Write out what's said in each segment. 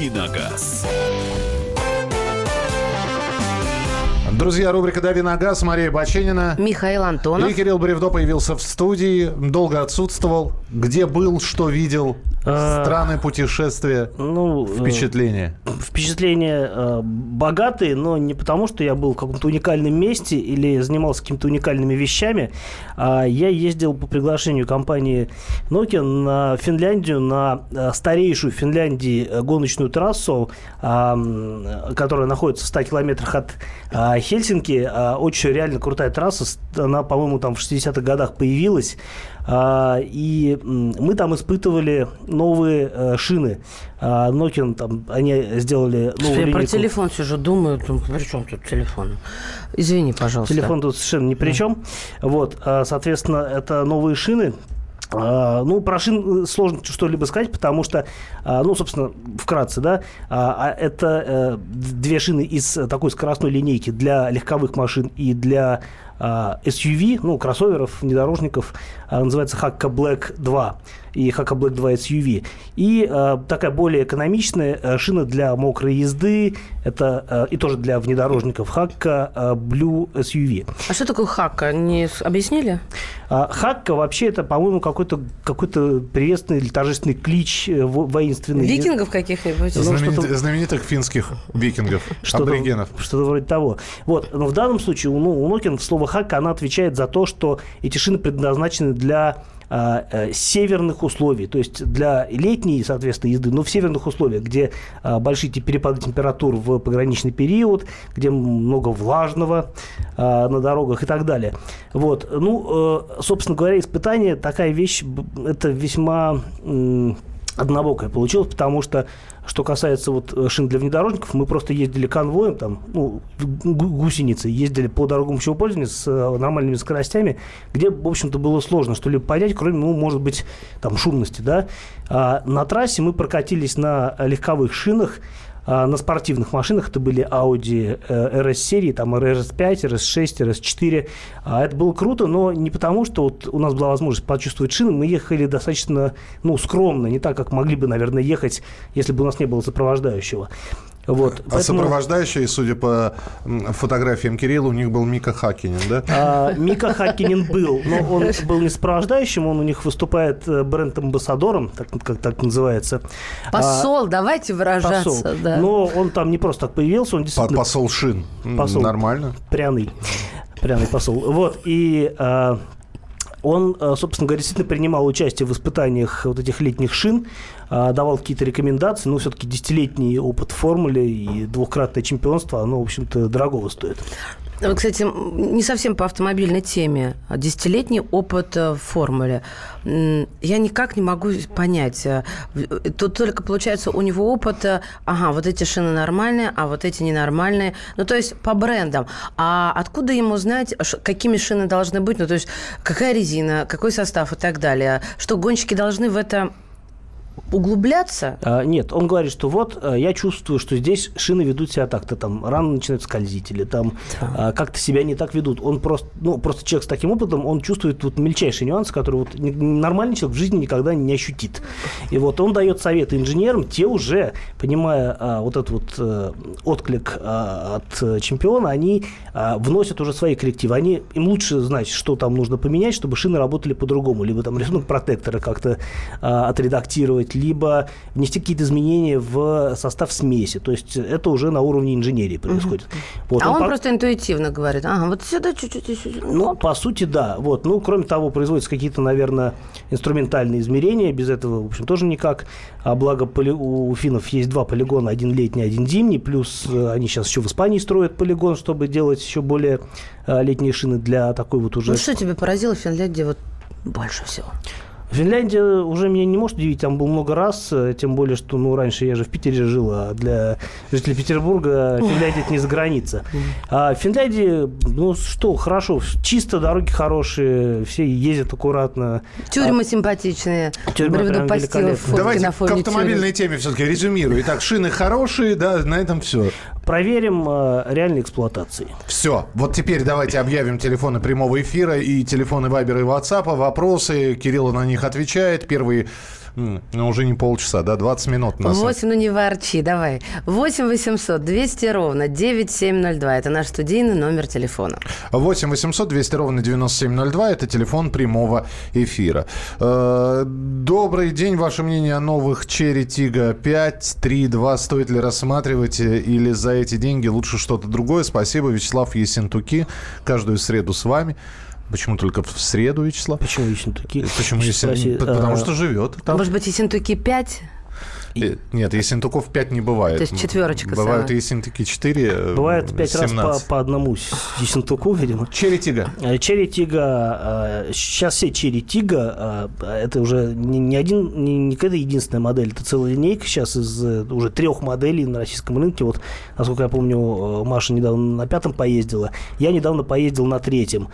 «Дави на газ». Друзья, рубрика «Дави на газ», Мария Баченина. Михаил Антонов. И Кирилл Бревдо появился в студии, долго отсутствовал. Где был, что видел? Страны, путешествия, впечатления? Впечатления богатые, но не потому, что я был в каком-то уникальном месте или занимался какими-то уникальными вещами. Я ездил по приглашению компании Nokia на Финляндию, на старейшую в Финляндии гоночную трассу, которая находится в 100 километрах от Хельсинки. Очень реально крутая трасса. Она, по-моему, там в 60-х годах появилась. И мы там испытывали новые шины. Nokia, там, они сделали новую линейку. Я про телефон все же думаю. При чем тут телефон? Извини, пожалуйста. Телефон тут совершенно ни при чем. Вот, соответственно, это новые шины. Про шин сложно что-либо сказать, потому что, собственно, вкратце, да, это две шины из такой скоростной линейки для легковых машин и для SUV, кроссоверов, внедорожников, называется Hakka Black 2 и Hakka Black 2 SUV. И такая более экономичная шина для мокрой езды, это и тоже для внедорожников, Hakka Blue SUV. А что такое Hakka? Не объяснили? Hakka вообще это, по-моему, какой-то приветственный или торжественный клич воинственный. Викингов каких-нибудь? Знаменитых финских викингов, аборигенов. Что-то вроде того. Вот. Но в данном случае у Nokia слово Hakka, она отвечает за то, что эти шины предназначены для северных условий, то есть для летней, соответственно, езды, но в северных условиях, где большие перепады температур в пограничный период, где много влажного на дорогах и так далее. Вот. Собственно говоря, испытание, такая вещь, это весьма однобокое получилось, потому что касается шин для внедорожников, мы просто ездили конвоем, гусеницей, ездили по дорогам общего пользования с нормальными скоростями, где, в общем-то, было сложно что-либо понять, кроме, может быть, шумности, да. На трассе мы прокатились на легковых шинах, на спортивных машинах. Это были Audi RS-серии, там RS5, RS6, RS4. Это было круто, но не потому, что у нас была возможность почувствовать шины. Мы ехали достаточно скромно, не так, как могли бы, наверное, ехать, если бы у нас не было сопровождающего. Вот, поэтому... сопровождающий, судя по фотографиям Кирилла, у них был Мика Хаккинен, да? Мика Хаккинен был, но он был не сопровождающим, он у них выступает бренд-амбассадором, так называется. Посол, давайте выражаться. Посол. Да. Но он там не просто так появился, он действительно... Посол шин. Посол. Нормально. Пряный посол. Вот, и... Он, собственно говоря, действительно принимал участие в испытаниях этих летних шин, давал какие-то рекомендации, но все-таки 10-летний опыт в формуле и двукратное чемпионство, оно, в общем-то, дорогого стоит. Кстати, не совсем по автомобильной теме. 10-летний опыт в формуле. Я никак не могу понять. Тут только, получается, у него опыт, вот эти шины нормальные, а вот эти ненормальные. То есть по брендам. А откуда ему знать, какими шины должны быть? То есть какая резина, какой состав и так далее? Что гонщики должны в это... углубляться? Нет, он говорит, что я чувствую, что здесь шины ведут себя так-то, рано начинают скользить, или как-то себя не так ведут. Он просто человек с таким опытом, он чувствует мельчайшие нюансы, которые нормальный человек в жизни никогда не ощутит. И он дает советы инженерам, те уже, понимая этот отклик от чемпиона, они вносят уже свои коррективы. Им лучше знать, что там нужно поменять, чтобы шины работали по-другому, либо рисунок протектора как-то отредактировать, либо внести какие-то изменения в состав смеси. То есть это уже на уровне инженерии происходит. Он просто интуитивно говорит, вот сюда чуть-чуть. По сути, да. Кроме того, производятся какие-то, наверное, инструментальные измерения. Без этого, в общем, тоже никак. Благо, у финнов есть 2 полигона, один летний, один зимний. Плюс они сейчас еще в Испании строят полигон, чтобы делать еще более летние шины для такой уже... Что тебя поразило в Финляндии больше всего? Финляндия уже меня не может удивить, там был много раз, тем более, что раньше я же в Питере жил, а для жителей Петербурга Финляндия – это не за граница. А в Финляндии, хорошо, чисто, дороги хорошие, все ездят аккуратно. Тюрьмы симпатичные. Давайте к автомобильной теме все-таки резюмирую. Итак, шины хорошие, да, на этом все. Проверим реальной эксплуатации. Все. Теперь давайте объявим телефоны прямого эфира и телефоны Вайбера и WhatsApp. Вопросы. Кирилл на них отвечает. Первый Ну, уже не полчаса, да, 20 минут. 8, ну не ворчи, давай. 8 800 200 ровно 9702. Это наш студийный номер телефона. 8 800 200 ровно 9702. Это телефон прямого эфира. Добрый день. Ваше мнение о новых Chery Tiggo 5, 3.2. Стоит ли рассматривать или за эти деньги лучше что-то другое? Спасибо. Вячеслав Ессентуки. Каждую среду с вами. Почему только в среду, Вячеслав? Почему Ессентуки? Потому что живет там. Может быть, Ессентуки 5? Нет, Ессентуков 5 не бывает. То есть четверочка. Бывают Ессентуки 4, бывает 5 17. раз по одному Ессентуку, видимо. Chery Tiggo. Chery Tiggo. Сейчас все Chery Tiggo. Это уже не какая-то единственная модель. Это целая линейка сейчас из уже 3 моделей на российском рынке. Вот, насколько я помню, Маша недавно на 5-м поездила. Я недавно поездил на 3-м.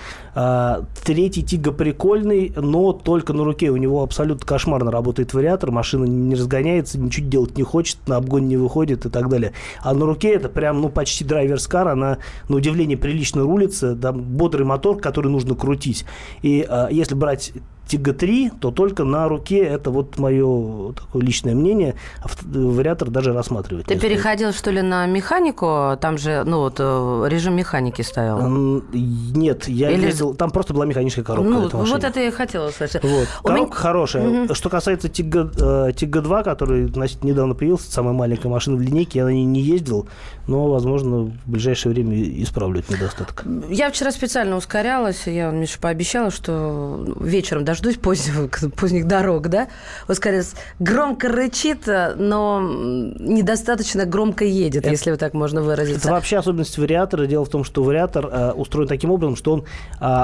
3-й Tiggo прикольный, но только на руке. У него абсолютно кошмарно работает вариатор. Машина не разгоняется, ничего делать не хочет, на обгон не выходит и так далее. А на руке это прям, почти драйверс-кар, она, на удивление, прилично рулится, там бодрый мотор, который нужно крутить. И если брать Tiggo 3, то только на руке, это вот мое такое личное мнение, вариатор даже рассматривать. Ты переходил, что ли, на механику? Там же, режим механики стоял. Нет, я ездил, там просто была механическая коробка. Вот это я и хотела услышать. Вот. Коробка хорошая. Что касается Tiggo 2, который, значит, недавно появился, самая маленькая машина в линейке, я на ней не ездил, но, возможно, в ближайшее время исправлю этот недостаток. Я вчера специально ускорялась, я Мише пообещала, что вечером дождусь поздних дорог, да? Ускорялась. Громко рычит, но недостаточно громко едет, если вот так можно выразиться. Это вообще особенность вариатора. Дело в том, что вариатор устроен таким образом, что он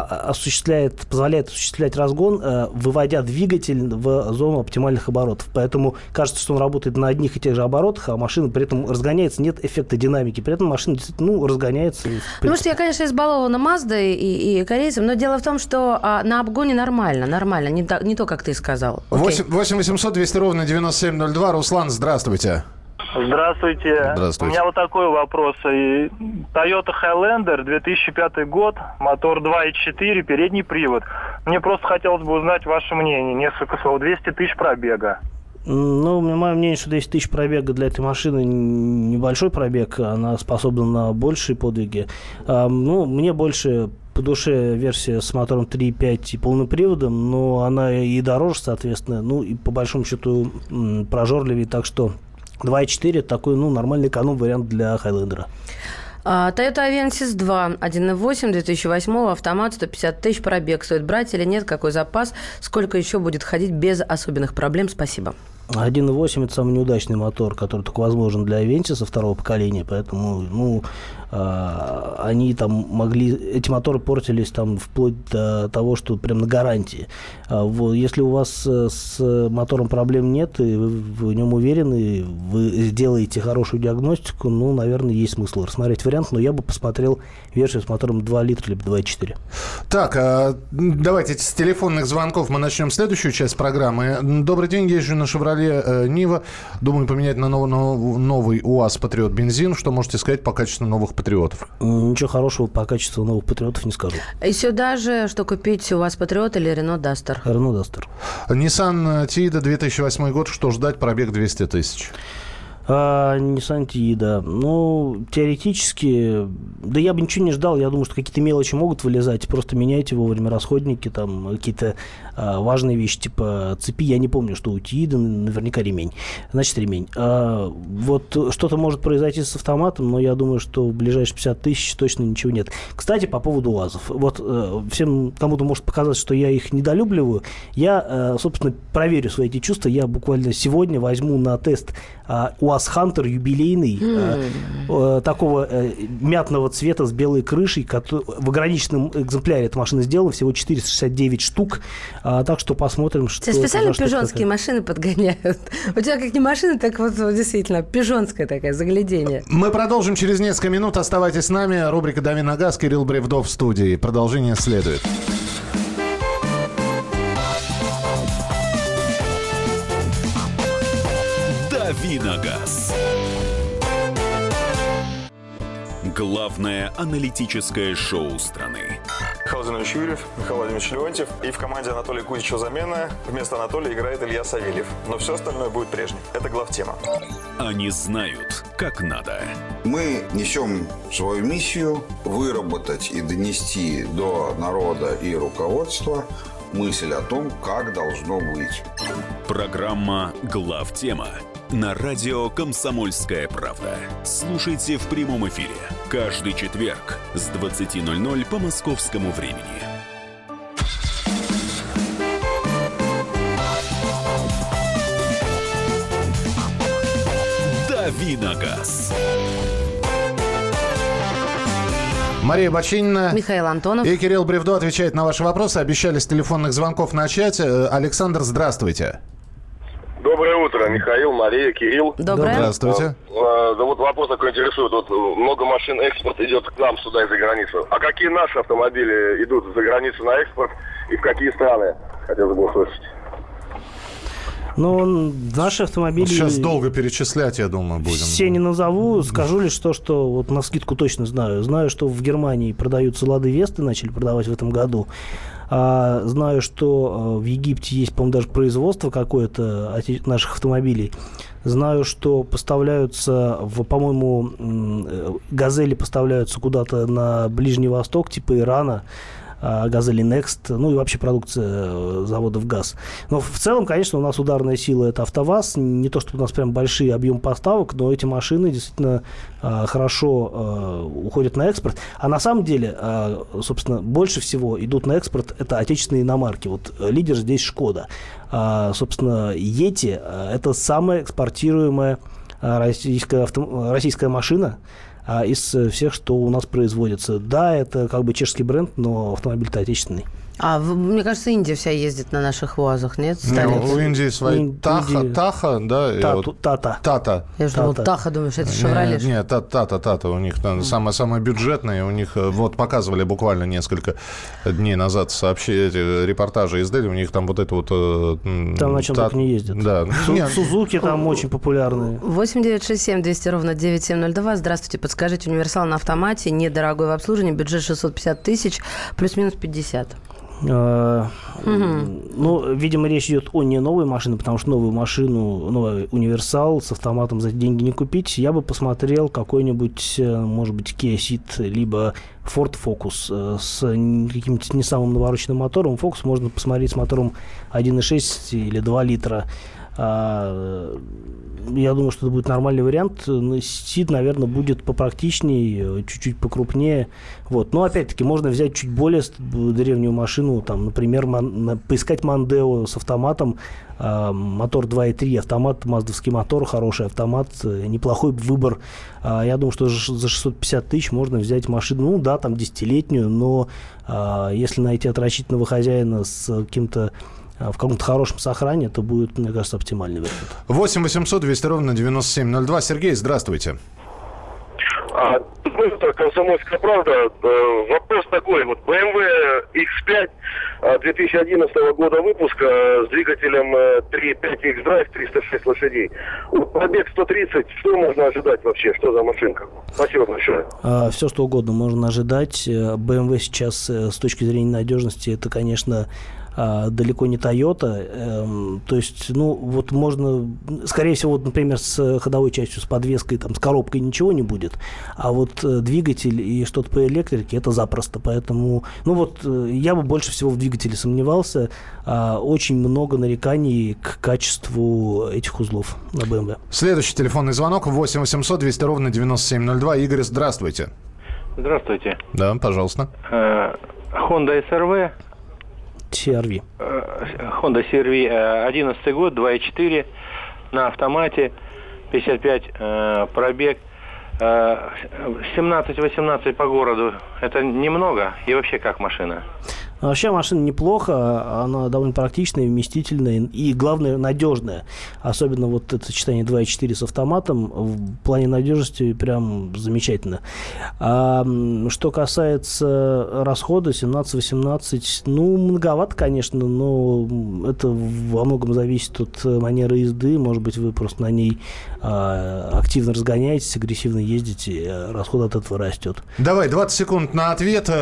позволяет осуществлять разгон, выводя двигатель в зону оптимальных оборотов. Поэтому кажется, что он работает на одних и тех же оборотах, а машина при этом разгоняется, нет эффекта динамики. При этом машина действительно разгоняется. Потому что я, конечно, избалована Маздой и корейцем, но дело в том, что на обгоне нормально, не то, как ты сказал. 8 800 200 ровно 9702. Руслан, здравствуйте. Здравствуйте. У меня вот такой вопрос. Toyota Highlander, 2005 год, мотор 2.4, передний привод. Мне просто хотелось бы узнать ваше мнение. Несколько слов. 200 тысяч пробега. Мое мнение, что 200 тысяч пробега для этой машины небольшой пробег. Она способна на большие подвиги. Мне больше по душе версия с мотором 3.5 и полным приводом, но она и дороже, соответственно, и по большому счету прожорливее, так что 2.4 такой, нормальный эконом-вариант для Highlander. Toyota Avensis 2, 1.8, 2008, автомат, 150 тысяч, пробег. Стоит брать или нет? Какой запас? Сколько еще будет ходить без особенных проблем? Спасибо. 1.8 – это самый неудачный мотор, который только возможен для Avensis второго поколения, поэтому, они там эти моторы портились там вплоть до того, что прям на гарантии. Если у вас с мотором проблем нет, и вы в нем уверены, вы сделаете хорошую диагностику, наверное, есть смысл рассмотреть вариант, но я бы посмотрел версию с мотором 2 литра либо 2.4. Так, давайте с телефонных звонков мы начнем следующую часть программы. Добрый день, езжу на Chevrolet Нива. Думаю поменять на новый УАЗ Патриот бензин. Что можете сказать по качеству новых Патриотов? Ничего хорошего по качеству новых Патриотов не скажу. И сюда же, что купить, УАЗ Патриот или Рено Дастер? Рено Дастер. Nissan Tiida, 2008 год. Что ждать? Пробег 200 тысяч. Nissan Tiida. Теоретически, да я бы ничего не ждал. Я думаю, что какие-то мелочи могут вылезать. Просто меняйте вовремя расходники, там какие-то важные вещи, типа цепи. Я не помню, что у Tiida, наверняка ремень. Значит, ремень. Вот что-то может произойти с автоматом, но я думаю, что в ближайшие 50 тысяч точно ничего нет. Кстати, по поводу УАЗов. Вот всем кому-то может показаться, что я их недолюбливаю. Я, собственно, проверю свои эти чувства. Я буквально сегодня возьму на тест УАЗ Хантер юбилейный, такого мятного цвета с белой крышей. В ограниченном экземпляре эта машина сделана, всего 469 штук. Так что посмотрим, что... Тебя специально пижонские машины подгоняют. У тебя как не машина, так вот действительно пижонская такая, заглядение. Мы продолжим через несколько минут. Оставайтесь с нами. Рубрика «Дави на газ». Кирилл Бревдов в студии. Продолжение следует. «Дави на газ». Главное аналитическое шоу страны. Михаил Зинович Юрьев, Михаил Владимирович Леонтьев. И в команде Анатолия Кузичева замена. Вместо Анатолия играет Илья Савельев. Но все остальное будет прежним. Это главтема. Они знают, как надо. Мы несем свою миссию выработать и донести до народа и руководства мысль о том, как должно быть. Программа «Главтема» на радио «Комсомольская правда». Слушайте в прямом эфире каждый четверг с 20:00 по московскому времени. «Давиногаз». Мария Бочинина, Михаил Антонов и Кирилл Бревдо отвечает на ваши вопросы. Обещали с телефонных звонков начать. Александр, здравствуйте. Доброе утро, Михаил, Мария, Кирилл. Доброе. Здравствуйте. Да вот вопрос такой интересует. Вот много машин экспорт идет к нам сюда из-за границы. А какие наши автомобили идут за границу на экспорт и в какие страны? Хотелось бы услышать. Но наши автомобили... Сейчас долго перечислять, я думаю, будем. Все не назову. Скажу лишь то, что вот навскидку точно знаю. Знаю, что в Германии продаются «Лады Весты», начали продавать в этом году. Знаю, что в Египте есть, по-моему, даже производство какое-то наших автомобилей. Знаю, что поставляются, по-моему, «Газели» поставляются куда-то на Ближний Восток, типа Ирана. «Газели Next», ну и вообще продукция заводов ГАЗ. Но в целом, конечно, у нас ударная сила – это АвтоВАЗ. Не то, что у нас прям большие объемы поставок, но эти машины действительно хорошо уходят на экспорт. А на самом деле, собственно, больше всего идут на экспорт – это отечественные иномарки. Вот лидер здесь «Шкода». Собственно, «Ети» – это самая экспортируемая российская машина из всех, что у нас производится. Да, это как бы чешский бренд, но автомобиль-то отечественный. Мне кажется, Индия вся ездит на наших УАЗах, нет? У Индии свои Таха, да? Тата. Я же думал, Таха, думаешь, это «Шевроле». Нет, Тата. У них самая бюджетная. У них, вот показывали буквально несколько дней назад репортажи издали. У них там вот это вот... Там на чем только не ездят. Да. Сузуки там очень популярные. 8-967-200-ровно-9702. Здравствуйте, подскажите, универсал на автомате, недорогой в обслуживании, бюджет 650 тысяч, плюс-минус 50. Ну, видимо, речь идет о не новой машине, потому что новую машину, новый универсал с автоматом за деньги не купить. Я бы посмотрел какой-нибудь, может быть, Kia Ceed, либо Ford Focus с каким-то не самым навороченным мотором. Focus можно посмотреть с мотором 1,6 или 2 литра. Я думаю, что это будет нормальный вариант. Ceed, наверное, будет попрактичнее, чуть-чуть покрупнее. Вот. Но, опять-таки, можно взять чуть более древнюю машину, там, например, поискать Mondeo с автоматом, мотор 2.3, автомат, маздовский мотор, хороший автомат, неплохой выбор. Я думаю, что за 650 тысяч можно взять машину, ну да, там 10-летнюю, но если найти отращительного хозяина с каким-то в каком-то хорошем сохранении, это будет, мне кажется, оптимальный вариант. 8 800 200 ровно 9702. Сергей, здравствуйте. «Комсомольская правда». Вопрос такой. Вот BMW X5 2011 года выпуска с двигателем 3.5 X-Drive, 306 лошадей. Пробег 130. Что можно ожидать вообще? Что за машинка? Спасибо большое. Все, что угодно можно ожидать. BMW сейчас с точки зрения надежности, это, конечно, далеко не Toyota. То есть, ну, вот можно... Скорее всего, вот, например, с ходовой частью, с подвеской, там, с коробкой ничего не будет. А вот двигатель и что-то по электрике, это запросто. Поэтому, ну, вот, я бы больше всего в двигателе сомневался. Очень много нареканий к качеству этих узлов на BMW. Следующий телефонный звонок 8 800 200 ровно 9702. Игорь, здравствуйте. Здравствуйте. Да, пожалуйста. Honda SRV. CR-V. Honda CR-V, 11 год, 2.4 на автомате, 55 пробег, 17-18 по городу. Это немного? И вообще как машина? Вообще машина неплохо, она довольно практичная, вместительная и, главное, надежная. Особенно вот это сочетание 2.4 с автоматом в плане надежности прям замечательно. А что касается расхода 17-18, многовато, конечно, но это во многом зависит от манеры езды. Может быть, вы просто на ней активно разгоняетесь, агрессивно ездите, расход от этого растет. Давай, 20 секунд на ответ.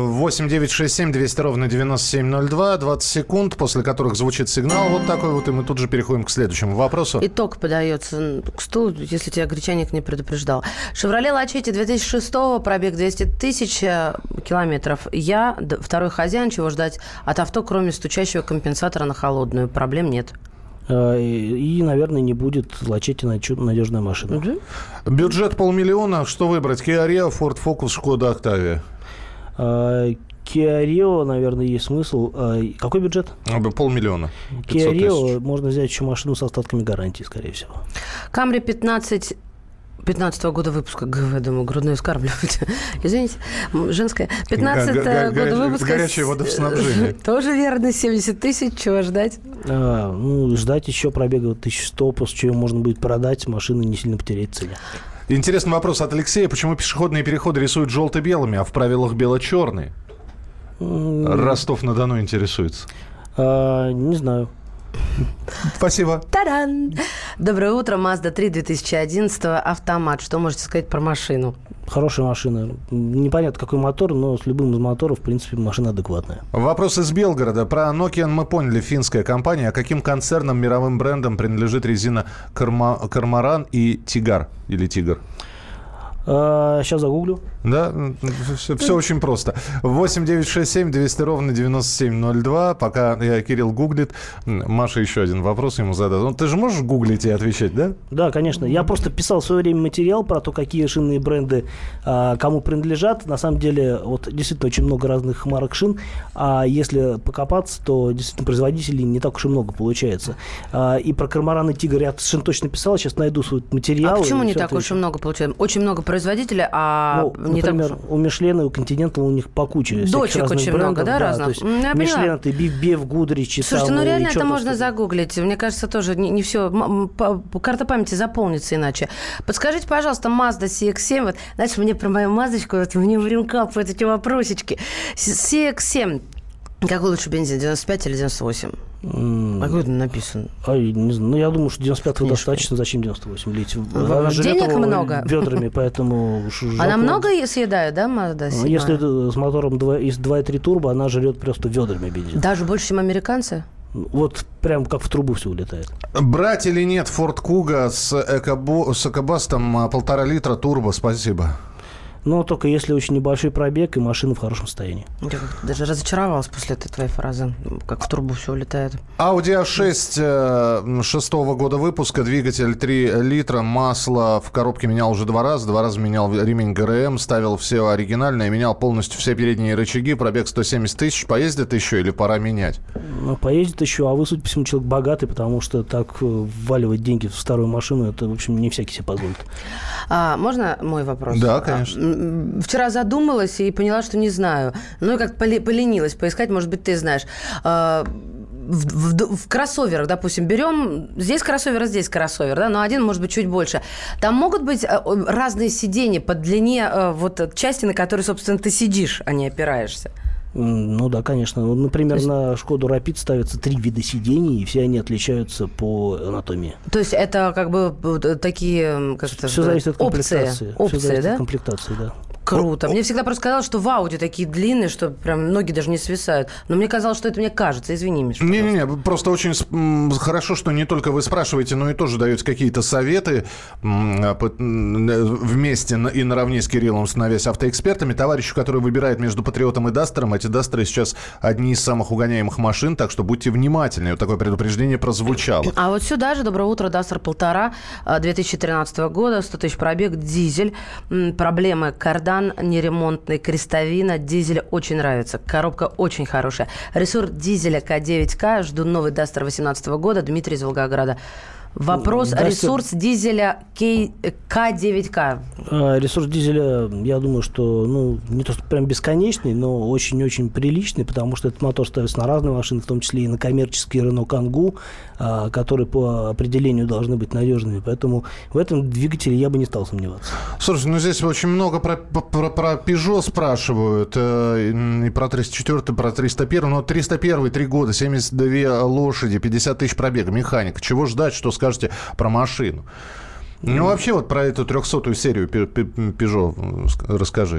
8-967-200-97-02. 20 секунд, после которых звучит сигнал вот такой вот, и мы тут же переходим к следующему вопросу. Итог подается к стулу, если тебя гречаник не предупреждал. «Шевроле Лачетти» 2006-го, пробег 200 тысяч километров. Я второй хозяин, чего ждать от авто, кроме стучащего компенсатора на холодную? Проблем нет. И, наверное, не будет. Лачетти надежная машина. Бюджет 500 000. Что выбрать? Kia Rio, Ford Focus, Skoda Octavia? Kia Rio, наверное, есть смысл. Какой бюджет? 500 000. Kia Rio можно взять еще машину с остатками гарантии, скорее всего. Камри 15-го года выпуска, думаю, грудное вскармливать. Извините, женское. 15-го года выпуска. Горячее водоснабжение. Тоже верно, 70 тысяч. Чего ждать? Ждать еще пробега 1100, после чего можно будет продать, машины не сильно потерять в цене. Интересный вопрос от Алексея. Почему пешеходные переходы рисуют желто-белыми, а в правилах бело-черные? Ростов-на-Дону интересуется. Не знаю. Спасибо. Та-дан! Доброе утро. Mazda 3 2011 автомат. Что можете сказать про машину? Хорошая машина. Непонятно, какой мотор, но с любым из моторов, в принципе, машина адекватная. Вопрос из Белгорода. Про Nokian мы поняли, финская компания. А каким концернам, мировым брендам принадлежит резина Кармаран и Тигар? Или Тигр? Сейчас загуглю. Да, все очень просто. 8-967-200-97-02. Пока Кирилл гуглит, Маша еще один вопрос ему задаст. Ты же можешь гуглить и отвечать, да? Да, конечно. Я просто писал в свое время материал про то, какие шинные бренды кому принадлежат. На самом деле, вот действительно очень много разных марок шин. А если покопаться, то действительно производителей не так уж и много получается. И про Кармаран и Тигр я совершенно точно писал. Сейчас найду свой материал. А почему не так уж и много получается? Очень много производителей, например, так... у Мишлена и у Континентал у них по куче. Дочек очень брендов, много, да, разных? Мишлен, ты Биф, Гудрич. Слушайте, реально это можно загуглить. Мне кажется, тоже не все. Карта памяти заполнится иначе. Подскажите, пожалуйста, Mazda CX-7. Вот, знаете, мне про мою Маздочку, мне в рюм капают эти вопросики. CX-7. Какой лучше бензин, 95 или 98? Какой это написан? Не знаю. Я думаю, что 95 достаточно. Зачем 98 лить? Денег много. Бедрами, поэтому... Она много съедает, да, Mazda? Если с мотором из 2.3 турбо, она жрет просто ведрами бензин. Даже больше, чем американцы? Вот прям как в трубу все улетает. Брать или нет Ford Kuga с экобастом 1,5 литра турбо? Спасибо. Но только если очень небольшой пробег и машина в хорошем состоянии. Я даже разочаровалась после этой твоей фразы, как в трубу все улетает. Audi A6 6-го года выпуска, двигатель 3 литра, масло в коробке менял уже 2 раза. 2 раза менял ремень ГРМ, ставил все оригинальное, менял полностью все передние рычаги, пробег 170 тысяч. Поездит еще или пора менять? Поездит еще, а вы, судя по всему, человек богатый, потому что так вваливать деньги в старую машину, это, в общем, не всякий себе позволит. Можно мой вопрос? Да, конечно. Вчера задумалась и поняла, что не знаю. Ну, и как поленилась поискать, может быть, ты знаешь. В кроссоверах, допустим, берем здесь кроссовер, а здесь кроссовер, да, но один может быть чуть больше. Там могут быть разные сиденья по длине вот части, на которой, собственно, ты сидишь, а не опираешься. Ну да, конечно. Например, на Шкоду Рапид ставятся 3 вида сидений, и все они отличаются по анатомии. То есть это как бы такие... Как все зависит от комплектации. Опции, все зависит да? от комплектации, да. Круто. Мне всегда просто казалось, что в Ауди такие длинные, что прям ноги даже не свисают. Но мне казалось, что это мне кажется. Извини, Миша. Не-не-не, просто очень хорошо, что не только вы спрашиваете, но и тоже даете какие-то советы вместе и наравне с Кириллом, становясь автоэкспертами. Товарищу, который выбирает между Патриотом и Дастером, эти Дастеры сейчас одни из самых угоняемых машин, так что будьте внимательны. Вот такое предупреждение прозвучало. А вот сюда же, доброе утро, Дастер 1,5 2013 года, 100 тысяч пробег, дизель, проблемы кардан, неремонтный, крестовина, дизель очень нравится, коробка очень хорошая. Ресурс дизеля К9К, жду новый Дастер 2018 года, Дмитрий из Волгограда. Вопрос. Ресурс дизеля К9К. Ресурс дизеля, я думаю, что не то, что прям бесконечный, но очень-очень приличный, потому что этот мотор ставится на разные машины, в том числе и на коммерческие Renault Kangoo, которые по определению должны быть надежными. Поэтому в этом двигателе я бы не стал сомневаться. Слушайте, здесь очень много про Peugeot спрашивают, и про 304, про 301. Но 301, 3 года, 72 лошади, 50 тысяч пробега, механика. Чего ждать, что скажете про машину? Вообще вот про эту 300-ю серию Peugeot расскажи.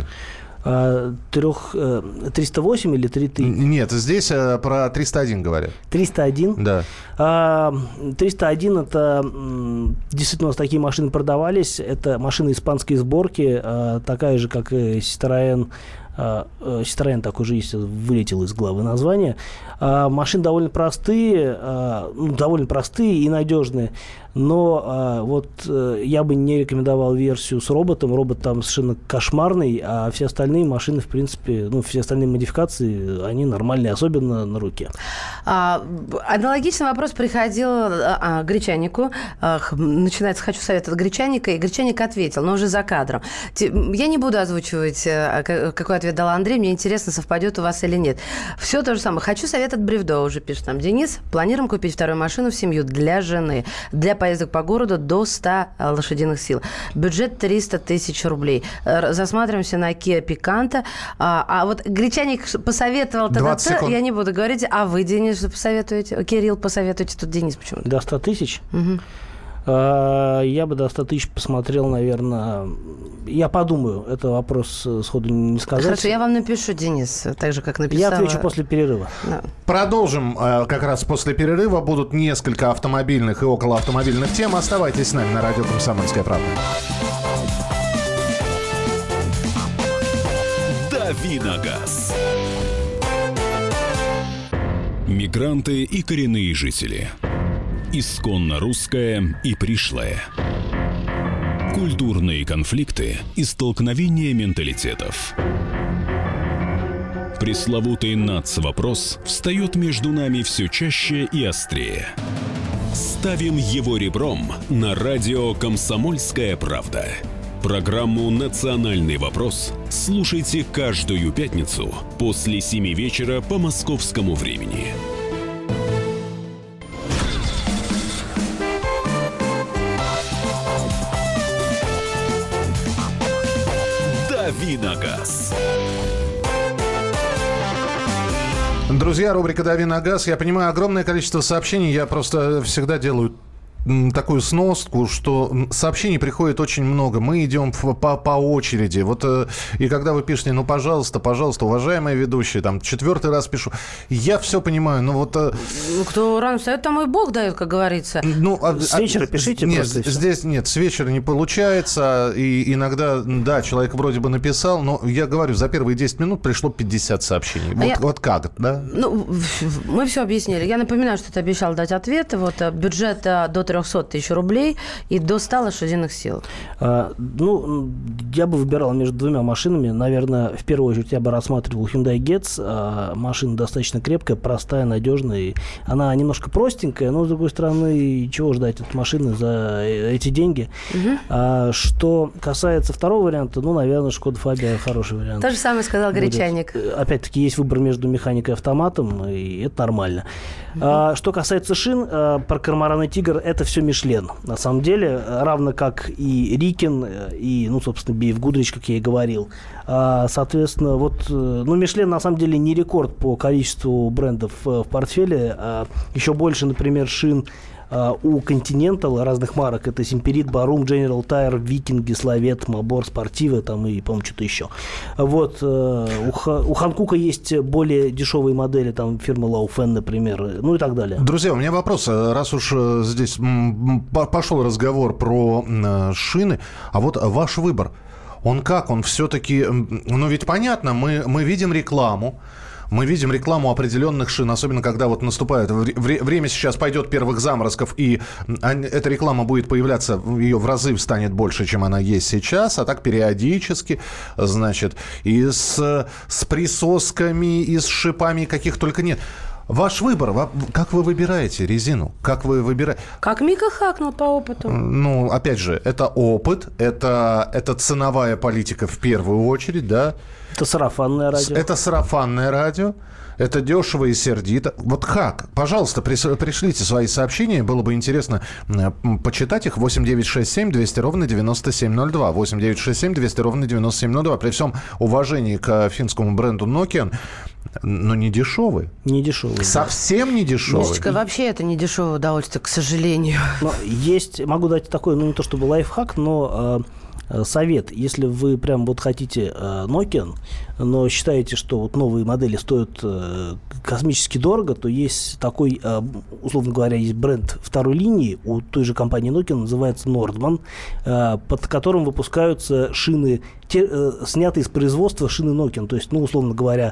308 или 3000? Нет, здесь про 301 говорят. 301? Да. 301 это действительно у нас такие машины продавались. Это машины испанской сборки, такая же, как и Citroën. Citroën такой же есть, вылетел из главы названия. Машины довольно простые и надежные. Но я бы не рекомендовал версию с роботом. Робот там совершенно кошмарный, а все остальные машины, в принципе, все остальные модификации, они нормальные, особенно на руке. Аналогичный вопрос приходил Гречанику. Начинается «Хочу совет от Гречаника», и Гречаник ответил, но уже за кадром. Я не буду озвучивать, какой ответ дал Андрей, мне интересно, совпадет у вас или нет. Все то же самое. «Хочу совет от Бревдо», уже пишет нам Денис. Планируем купить вторую машину в семью для жены. Для поездок по городу до 100 лошадиных сил. Бюджет 300 тысяч рублей. Засматриваемся на Kia Picanto. А вот Гречаник посоветовал ТТЦ, я не буду говорить, а вы, Денис, посоветуете? Кирилл, посоветуете, тут Денис почему-то. До 100 тысяч? Угу. Я бы до 100 тысяч посмотрел, наверное... Я подумаю, это вопрос сходу не сказать. Хорошо, я вам напишу, Денис, так же, как написала. Я отвечу после перерыва. Да. Продолжим как раз после перерыва. Будут несколько автомобильных и околоавтомобильных тем. Оставайтесь с нами на радио «Комсомольская правда». Давиногаз. Мигранты и коренные жители. Исконно русское и пришлое. Культурные конфликты и столкновения менталитетов. Пресловутый НАЦ-вопрос встает между нами все чаще и острее. Ставим его ребром на радио «Комсомольская правда». Программу «Национальный вопрос» слушайте каждую пятницу после 7 вечера по московскому времени. Давиногаз. Друзья, рубрика «Дави на газ». Я понимаю, огромное количество сообщений. Я просто всегда делаю такую сноску, что сообщений приходит очень много. Мы идем по очереди. Вот и когда вы пишете, пожалуйста, уважаемые ведущие, там, 4-й раз пишу. Я все понимаю, но вот... Кто рано встает, тому и Бог дает, как говорится. С вечера пишите нет, просто. Здесь нет, с вечера не получается. И иногда, да, человек вроде бы написал, но я говорю, за первые 10 минут пришло 50 сообщений. Вот как, да? Мы все объяснили. Я напоминаю, что ты обещал дать ответы. Вот бюджет до 300 тысяч рублей и до 100 лошадиных сил. Я бы выбирал между двумя машинами. Наверное, в первую очередь я бы рассматривал Hyundai Getz. Машина достаточно крепкая, простая, надежная. Она немножко простенькая, но, с другой стороны, чего ждать от машины за эти деньги? Угу. Что касается второго варианта, наверное, Шкода Фабия хороший вариант. То же самое сказал Гречаник. Опять-таки, есть выбор между механикой и автоматом, и это нормально. Что касается шин, про Корморан и Тигр, это все Мишлен. На самом деле, равно как и Рикин, и, собственно, BF Goodrich, как я и говорил. Соответственно, Мишлен, на самом деле, не рекорд по количеству брендов в портфеле. Еще больше, например, шин у Continental разных марок. Это Semperit, Barum, General Tire, Викинги, Словет, Мабор, Спортивы, там и, по-моему, что-то еще. У Ханкука есть более дешевые модели, там фирмы Laufen, например, и так далее. Друзья, у меня вопрос. Раз уж здесь пошел разговор про шины, а вот ваш выбор, он как? Он все-таки... ведь понятно, мы видим рекламу. Мы видим рекламу определенных шин, особенно когда наступает время, сейчас пойдет первых заморозков, и эта реклама будет появляться, ее в разы станет больше, чем она есть сейчас, а так периодически, значит, и с присосками, и с шипами, каких только нет. Ваш выбор. Как вы выбираете резину? Как вы выбираете? Как Мика хакнул по опыту. Ну, опять же, это опыт, это ценовая политика в первую очередь, да? Это сарафанное радио. Это сарафанное радио. Это дешево и сердито. Вот как? Пожалуйста, пришлите свои сообщения. Было бы интересно почитать их. 8967 200 ровно 9702. 8967 200 ровно 9702. При всем уважении к финскому бренду Nokian, но не дешевый. Не дешевый. Совсем не дешевый. Мишечка, вообще это не дешевое удовольствие, к сожалению. Но есть, могу дать такой, ну не то чтобы лайфхак, но совет. Если вы прям вот хотите Nokian, но считаете, что вот новые модели стоят космически дорого, то есть такой, условно говоря, есть бренд второй линии у той же компании Nokian, называется Nordmann, под которым выпускаются шины, снятые из производства шины Nokian. То есть, ну, условно говоря,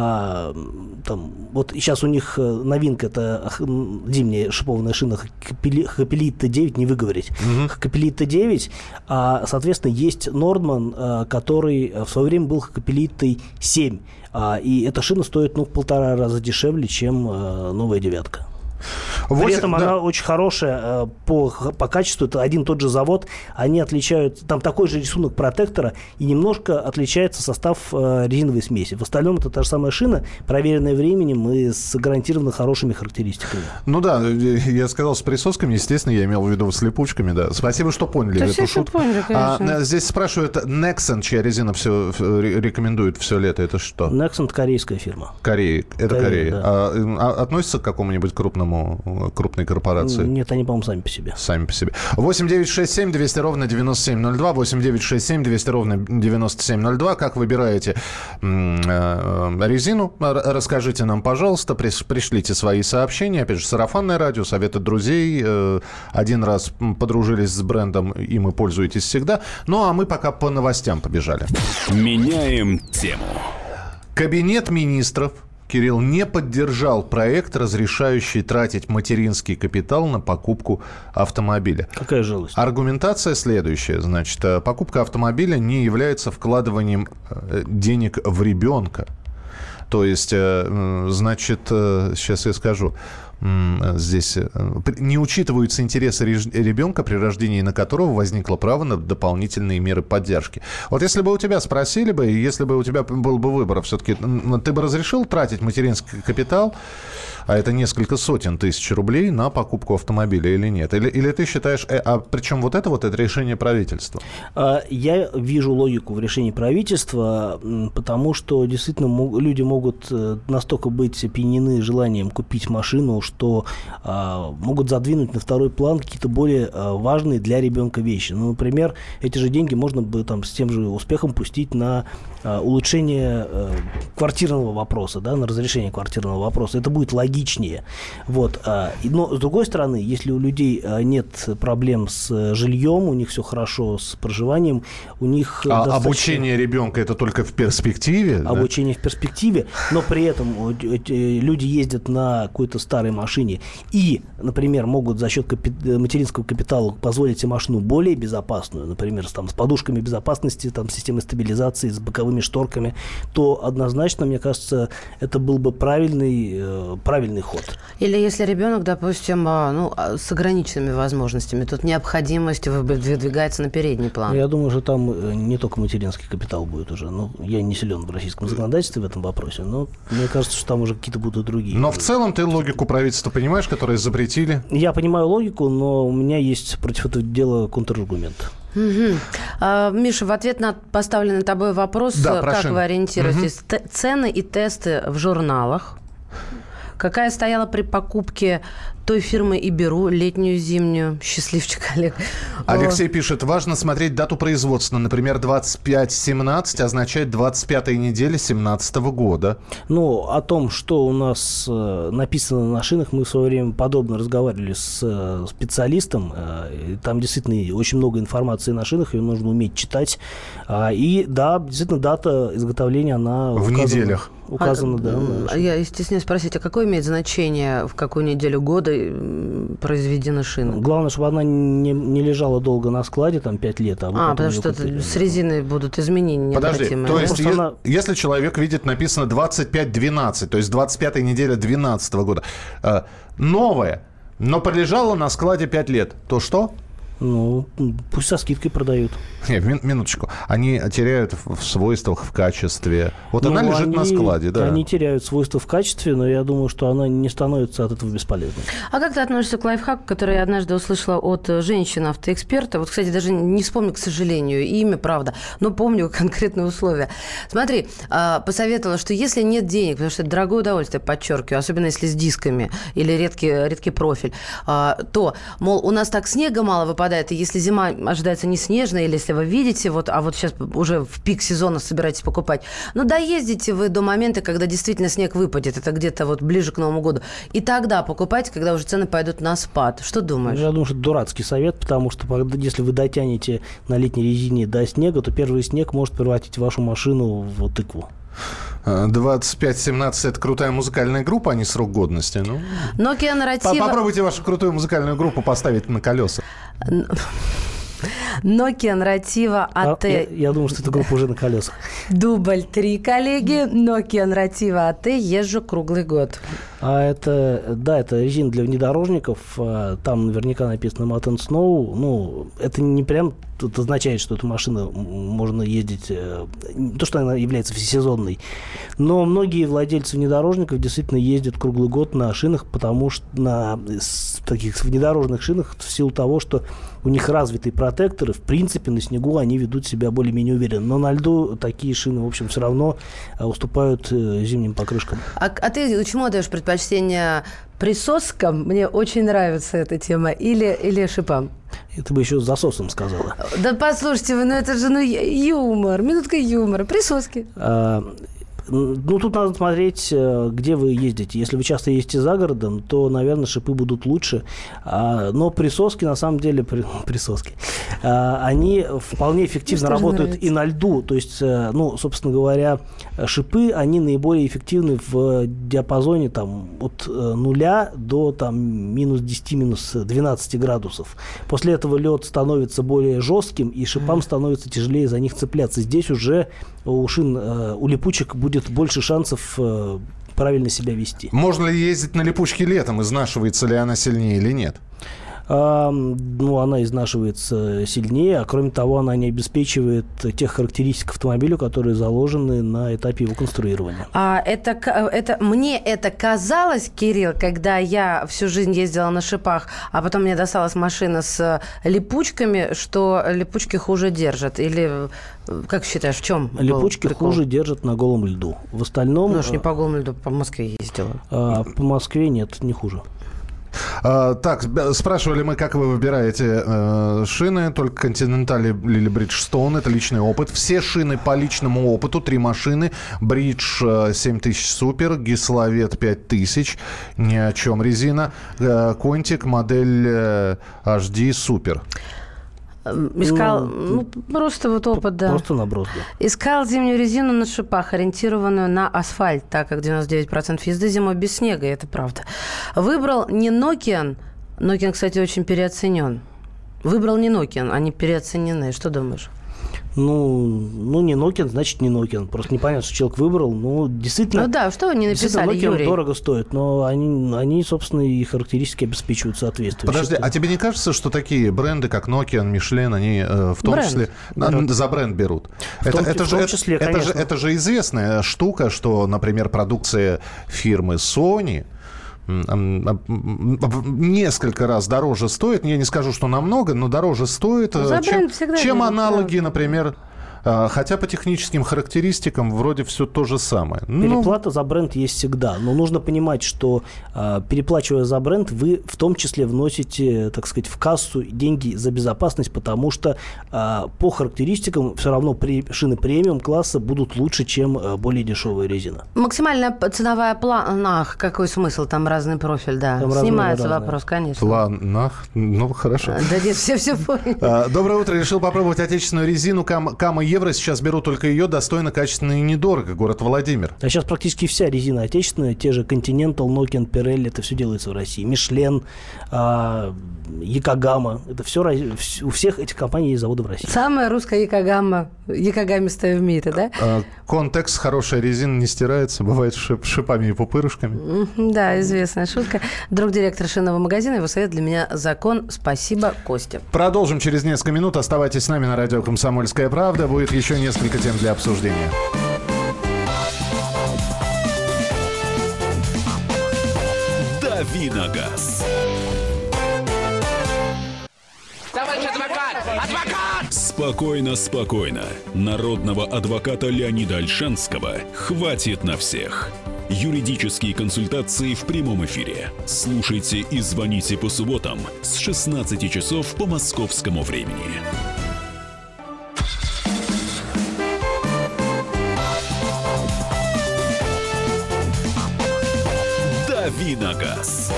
там, вот сейчас у них новинка, это зимняя шипованная шина Hakkapeliitta T9, не выговорить. Hakkapeliitta T9, соответственно, есть Nordmann, который в свое время был Hakkapeliitta 7. И эта шина стоит, ну, в 1,5 раза дешевле, чем новая девятка. При этом она очень хорошая по качеству. Это один и тот же завод. Они отличают... Там такой же рисунок протектора, и немножко отличается состав резиновой смеси. В остальном это та же самая шина, проверенная временем и с гарантированно хорошими характеристиками. Ну да, я сказал с присосками, естественно, я имел в виду с липучками, да. Спасибо, что поняли эту шутку. Здесь спрашивают, Nexen, чья резина все рекомендует все лето, это что? Nexen — корейская фирма. Корея. Да. Относится к какому-нибудь крупной корпорации? Нет, они, по-моему, сами по себе. Сами по себе. 8-967 200 ровно 9702. 8-967 200 ровно 9702. Как выбираете резину? Расскажите нам, пожалуйста. Пришлите свои сообщения. Опять же, сарафанное радио, советы друзей. Один раз подружились с брендом, им и пользуетесь всегда. Ну, а мы пока по новостям побежали. Меняем тему. Кабинет министров, Кирилл, не поддержал проект, разрешающий тратить материнский капитал на покупку автомобиля. Какая жалость? Аргументация следующая. Значит, покупка автомобиля не является вкладыванием денег в ребенка. То есть, значит, сейчас я скажу, здесь не учитываются интересы ребенка, при рождении на которого возникло право на дополнительные меры поддержки. Вот если бы у тебя спросили бы, если бы у тебя был бы выбор, все-таки ты бы разрешил тратить материнский капитал, а это несколько сотен тысяч рублей, на покупку автомобиля или нет? Или ты считаешь, причем вот это решение правительства? Я вижу логику в решении правительства, потому что действительно люди могут настолько быть опьянены желанием купить машину, что могут задвинуть на второй план какие-то более важные для ребенка вещи. Ну, например, эти же деньги можно бы там с тем же успехом пустить на улучшение квартирного вопроса, да, на разрешение квартирного вопроса. Это будет логичнее. Вот. Но, с другой стороны, если у людей нет проблем с жильем, у них все хорошо с проживанием, у них... Обучение ребенка — это только в перспективе? Обучение в перспективе, но при этом люди ездят на какой-то старой машине и, например, могут за счет материнского капитала позволить себе машину более безопасную, например, с подушками безопасности, с системой стабилизации, с боковыми шторками, то однозначно, мне кажется, это был бы правильный ход. Или если ребенок, допустим, с ограниченными возможностями, тут необходимость выдвигается на передний план. Я думаю, что там не только материнский капитал будет уже. Я не силен в российском законодательстве в этом вопросе, но мне кажется, что там уже какие-то будут другие. Но в целом ты логику правительства понимаешь, которые запретили? Я понимаю логику, но у меня есть против этого дела контраргумент. Миша, в ответ на поставленный тобой вопрос, как вы ориентируетесь? Цены и тесты в журналах. Какая стояла при покупке той фирмы Иберу, летнюю, зимнюю? Счастливчик, Олег. Алексей пишет, важно смотреть дату производства. Например, 25-17 означает 25-я неделя 2017 года. О том, что у нас написано на шинах, мы в свое время подробно разговаривали с специалистом. Там действительно очень много информации на шинах, ее нужно уметь читать. И да, действительно, дата изготовления, она в неделях. указано, да. Я стесняюсь спросить, а какое имеет значение, в какую неделю года произведена шина? Главное, чтобы она не лежала долго на складе, там 5 лет. Потому что с резиной будут изменения необратимые. Подожди, то есть если человек видит написано 25-12, то есть 25-я неделя 2012 года, новая, но пролежала на складе 5 лет, то что? Ну, пусть со скидкой продают. Минуточку. Они теряют в свойствах, в качестве. Вот она лежит на складе, да. Они теряют свойства в качестве, но я думаю, что она не становится от этого бесполезной. А как ты относишься к лайфхаку, который я однажды услышала от женщины-автоэксперта? Вот, кстати, даже не вспомню, к сожалению, имя, правда, но помню конкретные условия. Смотри, посоветовала, что если нет денег, потому что это дорогое удовольствие, подчеркиваю, особенно если с дисками или редкий профиль, то, мол, у нас так снега мало выпадает, и если зима ожидается не снежная, или если вы видите, а вот сейчас уже в пик сезона собираетесь покупать, доездите вы до момента, когда действительно снег выпадет, это где-то вот ближе к Новому году, и тогда покупайте, когда уже цены пойдут на спад. Что думаешь? Я думаю, что это дурацкий совет, потому что если вы дотянете на летней резине до снега, то первый снег может превратить вашу машину в тыкву. 2517 – это крутая музыкальная группа, а не срок годности. Nokia Narrativa... Попробуйте вашу крутую музыкальную группу поставить на колеса. Nokia Narrativa AT. Я думаю, что эта группа уже на колесах. Дубль 3, коллеги. Nokia Narrativa AT езжу круглый год. Это резина для внедорожников. Там наверняка написано Mud and Snow. Это не прям это означает, что эту машину можно ездить, не то, что она является всесезонной, но многие владельцы внедорожников действительно ездят круглый год на шинах, потому что на таких внедорожных шинах в силу того, что у них развитые протекторы, в принципе, на снегу они ведут себя более-менее уверенно. Но на льду такие шины, в общем, все равно уступают зимним покрышкам. А ты чему отдаешь предпочтение? Присоскам? Мне очень нравится эта тема. Или шипам? Это бы еще с засосом сказала. Да послушайте вы, это же юмор. Минутка юмора. Присоски. Тут надо смотреть, где вы ездите. Если вы часто ездите за городом, то, наверное, шипы будут лучше. Но присоски, на самом деле, они вполне эффективно работают и на льду. То есть, собственно говоря, шипы, они наиболее эффективны в диапазоне от 0 до минус 10, минус 12 градусов. После этого лед становится более жестким, и шипам становится тяжелее за них цепляться. Здесь уже у шин, у липучек будет больше шансов правильно себя вести. Можно ли ездить на липучке летом? Изнашивается ли она сильнее или нет? Она изнашивается сильнее, а кроме того, она не обеспечивает тех характеристик автомобиля, которые заложены на этапе его конструирования. Мне это казалось, Кирилл, когда я всю жизнь ездила на шипах, а потом мне досталась машина с липучками, что липучки хуже держат? Или как считаешь, в чем липучки хуже держат на голом льду. В остальном... Ну, не по голому льду, по Москве ездила. По Москве нет, не хуже. Так, спрашивали мы, как вы выбираете шины, только Continental или Bridgestone, это личный опыт. Все шины по личному опыту, 3 машины, Bridge 7000 Super, Gislaved 5000, ни о чем резина, Контик, модель HD Super. Искал, просто опыт, да. Просто наброс, да. Искал зимнюю резину на шипах, ориентированную на асфальт, так как 99% езды зимой без снега, и это правда. Выбрал не Nokian. Nokian, кстати, очень переоценен. Выбрал не Nokian, они переоценены. Что думаешь? Не Nokian, значит не Nokian. Просто непонятно, что человек выбрал. Действительно... что вы не написали, Nokian Юрий? Дорого стоит, но они, собственно, и характеристики обеспечивают соответствующие. Подожди, а тебе не кажется, что такие бренды, как Nokian, Michelin, они в том числе за бренд берут? Это же известная штука, что, например, продукция фирмы Sony несколько раз дороже стоит. Я не скажу, что намного, но дороже стоит, чем аналоги, например. Хотя по техническим характеристикам вроде все то же самое. Переплата за бренд есть всегда. Но нужно понимать, что переплачивая за бренд, вы в том числе вносите, так сказать, в кассу деньги за безопасность, потому что по характеристикам все равно шины премиум класса будут лучше, чем более дешевая резина. Максимальная ценовая планах. Какой смысл? Там разный профиль, да. Там снимается вопрос, конечно. Планах? Хорошо. Да нет, все поняли. Доброе утро. Решил попробовать отечественную резину Кама евро сейчас беру только ее, достойно, качественно и недорого. Город Владимир. А сейчас практически вся резина отечественная, те же Continental, Nokian, Pirelli, это все делается в России. Michelin, Якогама, это все, у всех этих компаний есть заводы в России. Самая русская Якогама, якогамистая в мире, да? Контекс, хорошая резина не стирается, бывает шипами и пупырышками. Да, известная шутка. Друг директора шинного магазина, его совет для меня закон. Спасибо, Костя. Продолжим через несколько минут. Оставайтесь с нами на радио «Комсомольская правда». Будет еще несколько тем для обсуждения. Давиногаз. Товарищ адвокат! Адвокат! Спокойно, спокойно. Народного адвоката Леонида Ольшанского хватит на всех. Юридические консультации в прямом эфире. Слушайте и звоните по субботам с 16 часов по московскому времени. Давиногаз.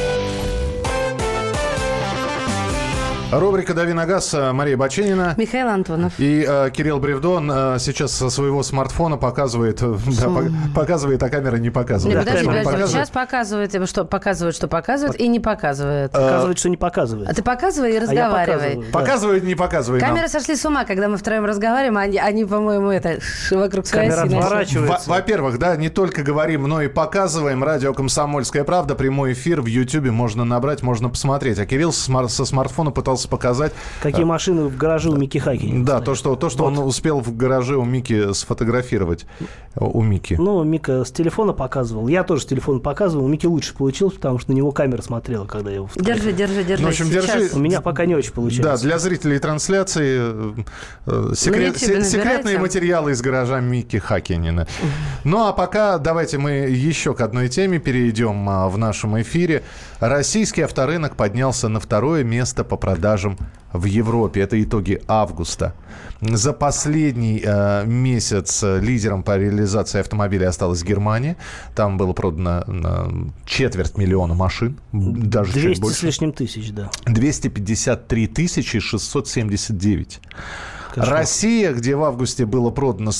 Рубрика «Дави на газ». Мария Баченина. Михаил Антонов. И Кирилл Бревдон сейчас со своего смартфона показывает, показывает, а камера не показывает. Подожди. Сейчас показывает, что показывает, и не показывает. Показывает, что не показывает. А ты показывай и разговаривай. Показывает, не показывает. Камеры сошли с ума, когда мы втроем разговариваем, они по-моему, вокруг своей оси. Камера отворачивается. Во-первых, да, не только говорим, но и показываем. Радио «Комсомольская правда», прямой эфир в Ютьюбе можно набрать, можно посмотреть. А Кирилл со смартфона пытался показать. Какие машины в гараже у Мики Хакинина. Да, то, что он успел в гараже у Мики сфотографировать. У Мики. Ну, Мика с телефона показывал. Я тоже с телефона показывал. У Мики лучше получилось, потому что на него камера смотрела, когда я его фотографировал. Держи. Ну, в общем, держи. У меня пока не очень получается. Да, для зрителей трансляции секретные материалы из гаража Мики Хакинина. Ну, а пока давайте мы еще к одной теме перейдем в нашем эфире. Российский авторынок поднялся на второе место по продажам в Европе. Это итоги августа. За последний месяц лидером по реализации автомобилей осталась Германия. Там было продано 250 000 машин. Даже 200 чуть больше. с лишним тысяч, да. 253 679. Россия, где в августе было продано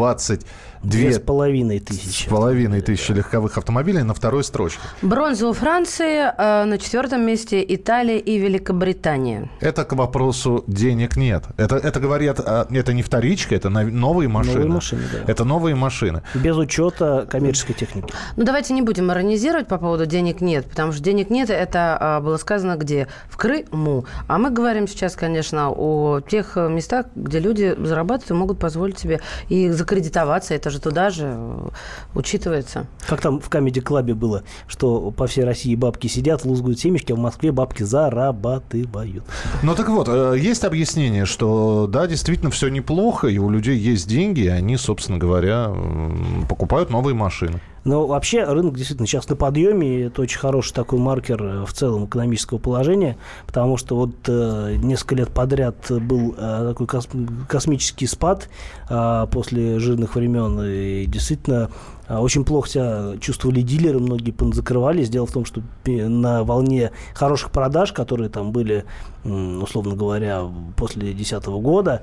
2,5 тысячи легковых автомобилей, на второй строчке. Бронза у Франции, на четвертом месте Италия и Великобритания. Это к вопросу денег нет. Это говорят, это не вторичка, это новые машины. Новые машины, да. Это новые машины. Без учета коммерческой техники. Ну, давайте не будем иронизировать по поводу денег нет, потому что денег нет, это было сказано где? В Крыму. А мы говорим сейчас, конечно, о тех местах, где люди зарабатывают и могут позволить себе и закредитоваться. Это же туда же учитывается. Как там в Comedy Club было, что по всей России бабки сидят, лузгают семечки, а в Москве бабки зарабатывают. Ну так вот, есть объяснение, что да, действительно все неплохо, и у людей есть деньги, и они, собственно говоря, покупают новые машины. Но вообще рынок действительно сейчас на подъеме, и это очень хороший такой маркер в целом экономического положения, потому что вот несколько лет подряд был такой космический спад после жирных времен, и действительно очень плохо себя чувствовали дилеры, многие закрывались. Дело в том, что на волне хороших продаж, которые там были, условно говоря, после 2010 года,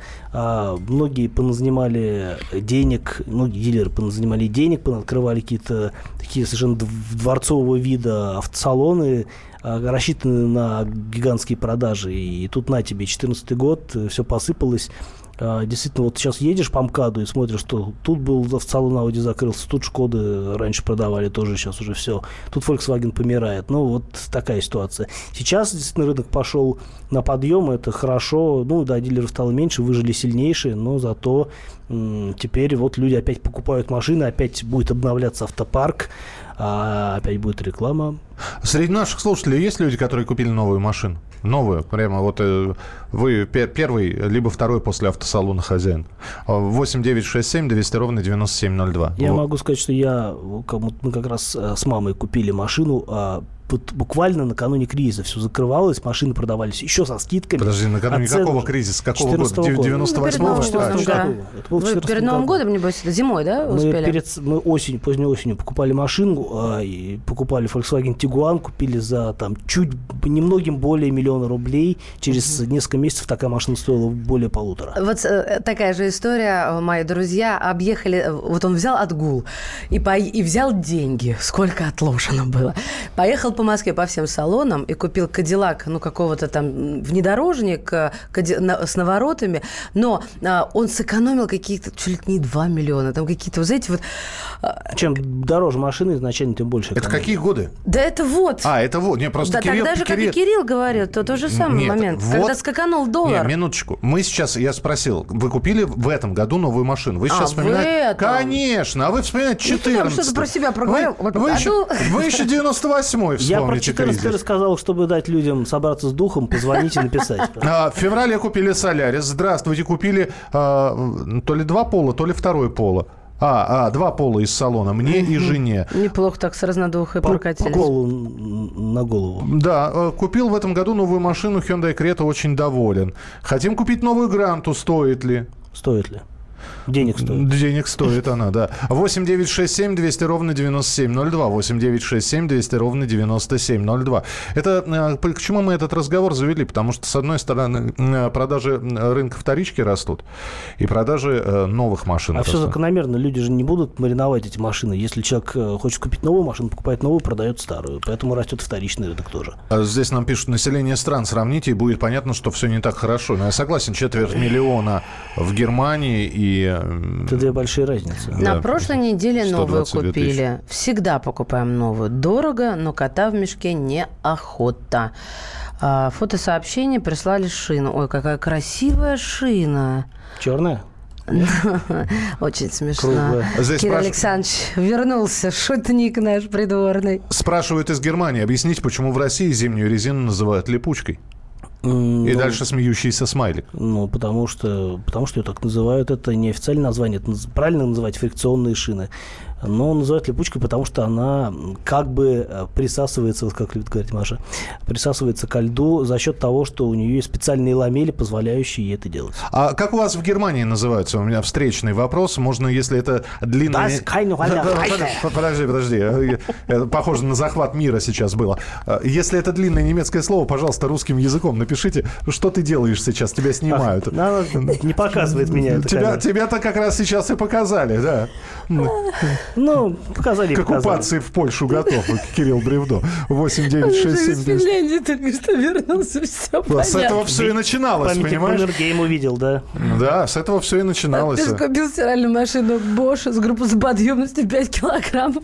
многие поназанимали денег, многие дилеры поназанимали денег, понаоткрывали какие-то такие совершенно дворцового вида автосалоны, рассчитанные на гигантские продажи. И тут на тебе 2014 год, все посыпалось. Действительно, вот сейчас едешь по МКАДу и смотришь, что тут был автосалон Audi закрылся, тут Шкоды раньше продавали, тоже сейчас уже все. Тут Volkswagen помирает. Ну, вот такая ситуация. Сейчас, действительно, рынок пошел на подъем, это хорошо. Ну, да, дилеров стало меньше, выжили сильнейшие, но зато теперь вот люди опять покупают машины, опять будет обновляться автопарк, опять будет реклама. Среди наших слушателей есть люди, которые купили новую машину? Новую, прямо вот вы первый, либо второй после автосалона хозяин. 8-967-200-97-02. Я могу сказать, что мы как раз с мамой купили машину вот буквально накануне кризиса все закрывалось, машины продавались еще со скидками. Подожди, накануне какого кризиса? Какого года? 98-го? Вы перед Новым годом, небось, зимой, да, успели? Мы поздней осенью покупали машину, и покупали Volkswagen Tiguan, купили за чуть немногим более миллиона рублей. Через несколько месяцев такая машина стоила более 1,5. Вот такая же история. Мои друзья объехали, вот он взял отгул и взял деньги, сколько отложено было. Поехал по Москве по всем салонам и купил Кадиллак, какого-то там внедорожник с наворотами, но он сэкономил какие-то чуть ли не 2 миллиона. Там какие-то, вот знаете, вот... Чем дороже машины, изначально, тем больше. Это какие годы? Да это вот. Это вот. Не, просто да, Кирилл... Тогда же, как и Кирилл говорил, тот же самый момент. Вот... Когда скаканул доллар. Нет, минуточку. Я спросил, вы купили в этом году новую машину? Вы сейчас вспоминаете? Конечно. А вы вспоминаете 14. Что-то про себя проговорил. Вы еще 98-й вспомните. Я про 14 рассказал, чтобы дать людям собраться с духом, позвонить и написать. В феврале купили Солярис. Здравствуйте, купили то ли 2 пола, то ли 2 пола. 2 пола из салона, мне и жене. Неплохо так с разнодухой прокатились. На голову. Да, купил в этом году новую машину Hyundai Creta, очень доволен. Хотим купить новую Гранту, стоит ли? Стоит ли? Денег стоит. Денег стоит она, да. 8 9 6 7 200 ровно 9702. 8 9 6 7 200 ровно 9702. Это к чему мы этот разговор завели? Потому что, с одной стороны, продажи рынка вторички растут, и продажи новых машин растут. Все закономерно. Люди же не будут мариновать эти машины. Если человек хочет купить новую машину, покупает новую, продает старую. Поэтому растет вторичный рынок тоже. Здесь нам пишут, население стран сравните, и будет понятно, что все не так хорошо. Но я согласен, 250 000 в Германии и... Это 2 большие разницы. На прошлой неделе новую купили. Всегда покупаем новую. Дорого, но кота в мешке неохота. Фотосообщение прислали шину. Ой, какая красивая шина. Черная? Очень смешно. Кирилл Александрович вернулся, шутник наш придворный. Спрашивают из Германии. Объясните, почему в России зимнюю резину называют липучкой? И дальше смеющийся смайлик. Потому что ее так называют. Это неофициальное название. Это правильно называть фрикционные шины. Но называют липучкой, потому что она как бы присасывается, вот как любит говорить Маша, присасывается ко льду за счет того, что у нее есть специальные ламели, позволяющие ей это делать. А как у вас в Германии называются? У меня встречный вопрос. Можно, если это длинное... Подожди. Это похоже на захват мира сейчас было. Если это длинное немецкое слово, пожалуйста, русским языком напишите, что ты делаешь сейчас, тебя снимают. Не показывает меня это. Тебя-то как раз сейчас и показали, да. Показали. К оккупации в Польшу готов, Кирилл Бревдо. 8 9 6 7 из Финляндии только что вернулся, все понятно. С этого все и начиналось, понимаешь? Маннергейм увидел, да. Да, с этого все и начиналось. Ты купил стиральную машину Bosch с группой с подъемностью 5 килограммов.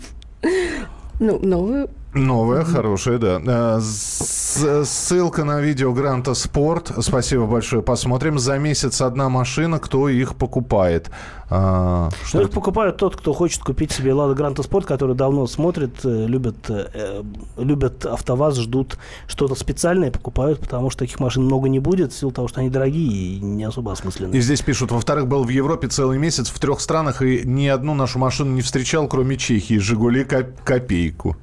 Новую. Новая, хорошая, да. Ссылка на видео Гранта Спорт. Спасибо большое. Посмотрим. За месяц 1 машина. Кто их покупает? Их покупают тот, кто хочет купить себе Лада Гранта Спорт, который давно смотрит, любят АвтоВАЗ, ждут что-то специальное, покупают, потому что таких машин много не будет, в силу того, что они дорогие и не особо осмысленные. И здесь пишут, во-вторых, был в Европе целый месяц в 3 странах и ни одну нашу машину не встречал, кроме Чехии. «Жигули» копейку.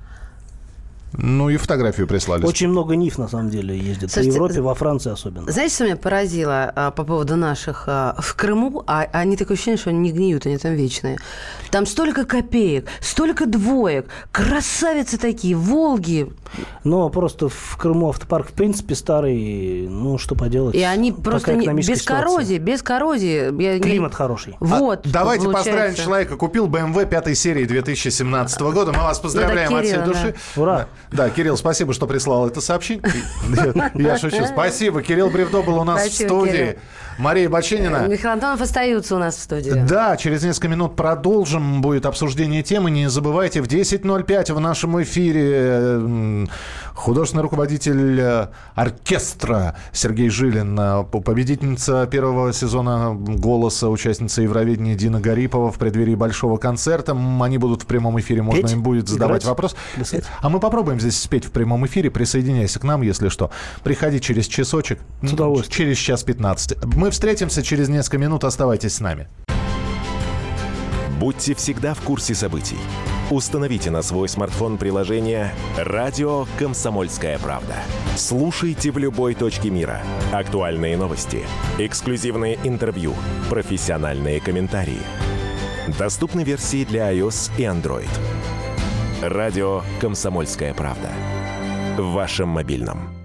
И фотографию прислали. Очень много НИФ, на самом деле, ездит. Слушайте, в Европе, во Франции особенно. Знаете, что меня поразило по поводу наших в Крыму? Они такое ощущение, что они не гниют, они там вечные. Там столько копеек, столько двоек, красавицы такие, «Волги». Просто в Крыму автопарк, в принципе, старый, что поделать. И они просто без коррозии. Климат хороший. Вот. Давайте поздравим человека. Купил BMW 5 серии 2017 года. Мы вас поздравляем от всей души. Ура! Да, Кирилл, спасибо, что прислал это сообщение. Я шучу. Спасибо. Кирилл Бревдо был у нас в студии. Мария Баченина. Михаил Антонов остаются у нас в студии. Да, через несколько минут продолжим. Будет обсуждение темы. Не забывайте, в 10:05 в нашем эфире художественный руководитель оркестра Сергей Жилин, победительница 1-го сезона «Голоса», участница Евровидения Дина Гарипова в преддверии большого концерта. Они будут в прямом эфире, можно им будет задавать вопрос. А мы попробуем здесь спеть в прямом эфире. Присоединяйся к нам, если что. Приходи через часочек. С удовольствием. Через час 15. Мы встретимся через несколько минут. Оставайтесь с нами. Будьте всегда в курсе событий. Установите на свой смартфон приложение «Радио Комсомольская правда». Слушайте в любой точке мира. Актуальные новости, эксклюзивные интервью, профессиональные комментарии. Доступны версии для iOS и Android. «Радио Комсомольская правда». В вашем мобильном.